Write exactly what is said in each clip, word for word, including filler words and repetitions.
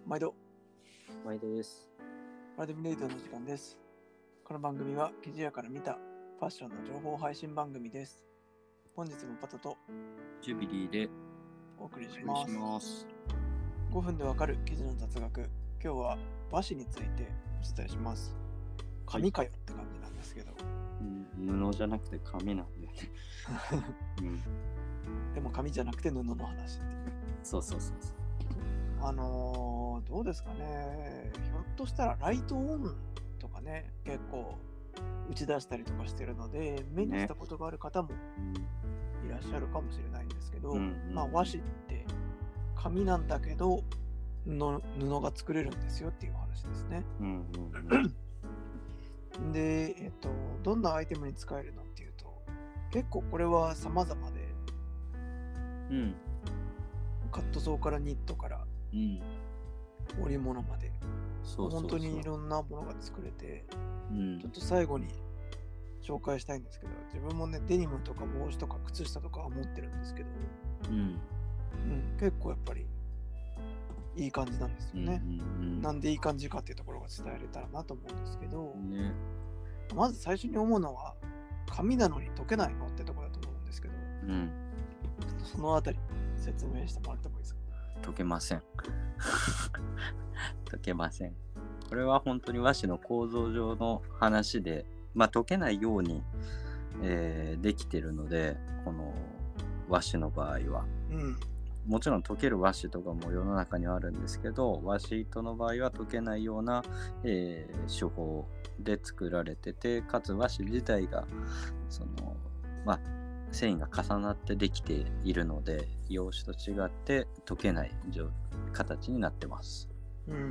毎度毎度です。 パラデミレイトの時間です。この番組は記事屋から見たファッションの情報配信番組です。本日もパトとジュビリーでお送りしおます。 願いします。 ごふんでわかる記事の雑学。今日は和紙についてお伝えします。紙かよって感じなんですけど、 うん、布じゃなくて紙なんだよね、 うん、でも紙じゃなくて布の話っていう。 そうそうそうそう。 あのー、どうですかね。ひょっとしたらライトオンとかね、結構打ち出したりとかしてるので、目にしたことがある方もいらっしゃるかもしれないんですけど、 うんうんうん、 まあ和紙って紙なんだけど布布が作れるんですよっていう話ですね。 うんうんうん、で、えっと、どんなアイテムに使えるのっていうと、結構これは様々で、 うん、 カットソーからニットからうん、 織物まで、 そうそうそう、 本当にいろんなものが作れて、 うん、 ちょっと最後に紹介したいんですけど、自分もね、デニムとか帽子とか靴下とかは持ってるんですけど、 うん、 うん、結構やっぱりいい感じなんですよね、 うんうんうん、 なんでいい感じかっていうところが伝えられたらなと思うんですけど、 ね、 まず最初に思うのは紙なのに溶けないのってところだと思うんですけど、 うん、 そのあたり説明してもらってもいいですか。 溶けません溶けません。これは本当に和紙の構造上の話で、まあ溶けないように、えー、できてるので、この和紙の場合は、うん、もちろん溶ける和紙とかも世の中にはあるんですけど、和紙糸の場合は溶けないような、えー、手法で作られてて、かつ和紙自体がそのまあ繊維が重なってできているので、洋紙と違って溶けない形になってます。うん。うん。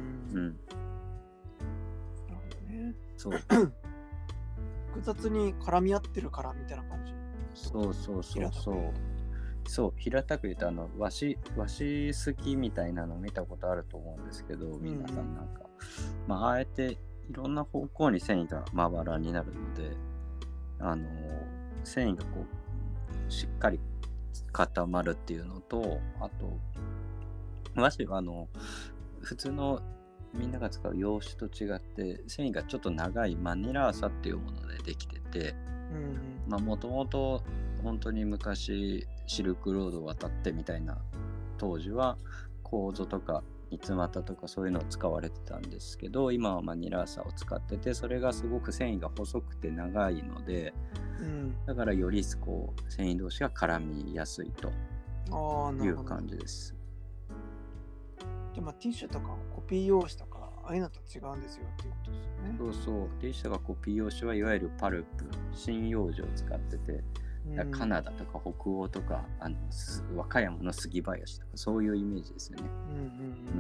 なるほどね。 そう。 複雑に絡み合ってるからみたいな感じ。 そうそうそうそう。そう、平たく言うとあの和紙和紙すきみたいなの見たことあると思うんですけど、皆さんなんか、うん、まああえていろんな方向に繊維がまばらになるので、あの繊維がこうしっかり固まるっていうのと、あと和紙はあの普通のみんなが使う洋紙と違って繊維がちょっと長いマニラ麻っていうものでできてて、うん、まあもともと本当に昔シルクロードを渡ってみたいな当時は楮とか三つ股とかそういうのを使われてたんですけど、今はマニラ麻を使ってて、それがすごく繊維が細くて長いので、うん、だからよりこう繊維同士が絡みやすいという感じです。 でもティッシュとかコピー用紙とかああいうのと違うんですよっていうことですよね。 そうそう、ティッシュとかコピー用紙はいわゆるパルプ、針葉樹を使ってて、うん、カナダとか北欧とかあの和歌山の杉林とかそういうイメージですよね。うんうんうんうん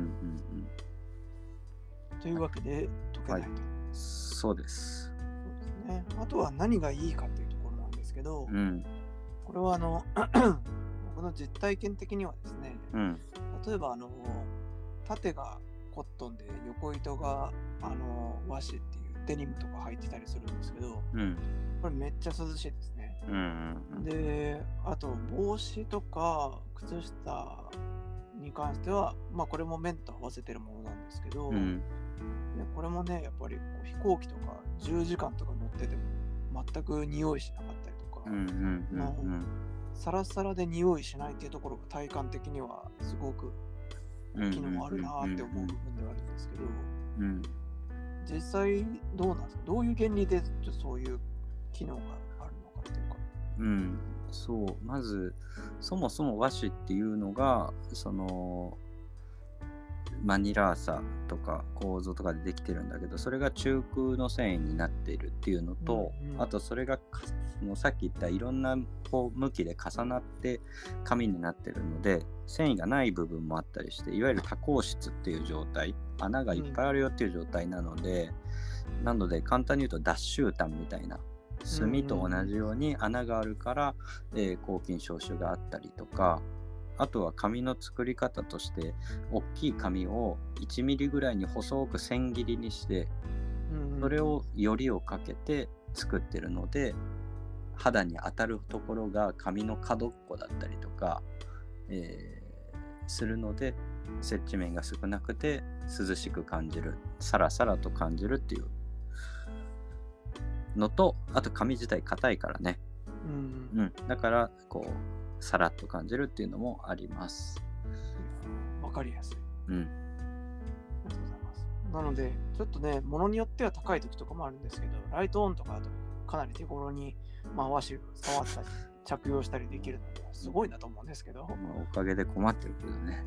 うん。というわけで溶けないと、はい、 そうです。 そうですね。あとは何がいいかというところなんですけど、うん、これはあの僕の実体験的にはですね、うん、例えばあの縦がコットンで横糸があの和紙っていうデニムとか入ってたりするんですけど、うん、これめっちゃ涼しいですね。うんうんうん、で、あと帽子とか靴下に関しては、まあこれも綿と合わせてるものなんですけど、うん、これもねやっぱりこう飛行機とかじゅうじかんとか乗ってても全く匂いしなかったりとか、うんうんうんうん、サラサラで匂いしないっていうところが体感的にはすごく機能あるなって思う部分ではあるんですけど、うん、実際どうなんですか。どういう原理でそういう機能があるのかっていうか。 うん、そう、まずそもそも和紙っていうのがそのマニラ麻とか楮とかでできてるんだけど、それが中空の繊維になっているっていうのと、うんうん、あとそれがそのさっき言ったいろんなこう向きで重なって紙になってるので、繊維がない部分もあったりして、いわゆる多孔質っていう状態、穴がいっぱいあるよっていう状態なので、うん、なので簡単に言うと脱臭炭みたいな、炭と同じように穴があるから、うんうん、えー、抗菌消臭があったりとか、あとは紙の作り方として大きい紙をいちミリぐらいに細く千切りにして、それをよりをかけて作ってるので、肌に当たるところが紙の角っこだったりとか、えー、するので接地面が少なくて涼しく感じる、サラサラと感じるっていうのと、あと紙自体硬いからね、うん、うん、だからこうサラッと感じるっていうのもあります。 わかりやすい。うん。ありがとうございます。なのでちょっとね、ものによっては高い時とかもあるんですけど、ライトオンとかだとかなり手頃に、まあ、和紙を触ったり着用したりできるのですごいなと思うんですけど、まあ、 おかげで困ってるけどね。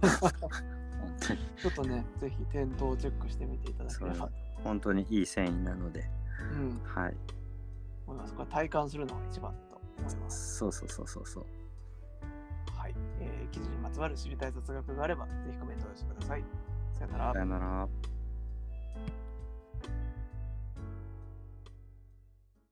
ちょっとね、ぜひ店頭をチェックしてみていただければ。 本当にいい繊維なので、うん、はい。 思います。これ体感するのが一番だと思います。 そうそうそうそうそう。 はい、えー、記事にまつわる知りたい雑学があれば、ぜひコメントを寄せてください。さよなら。 さよなら。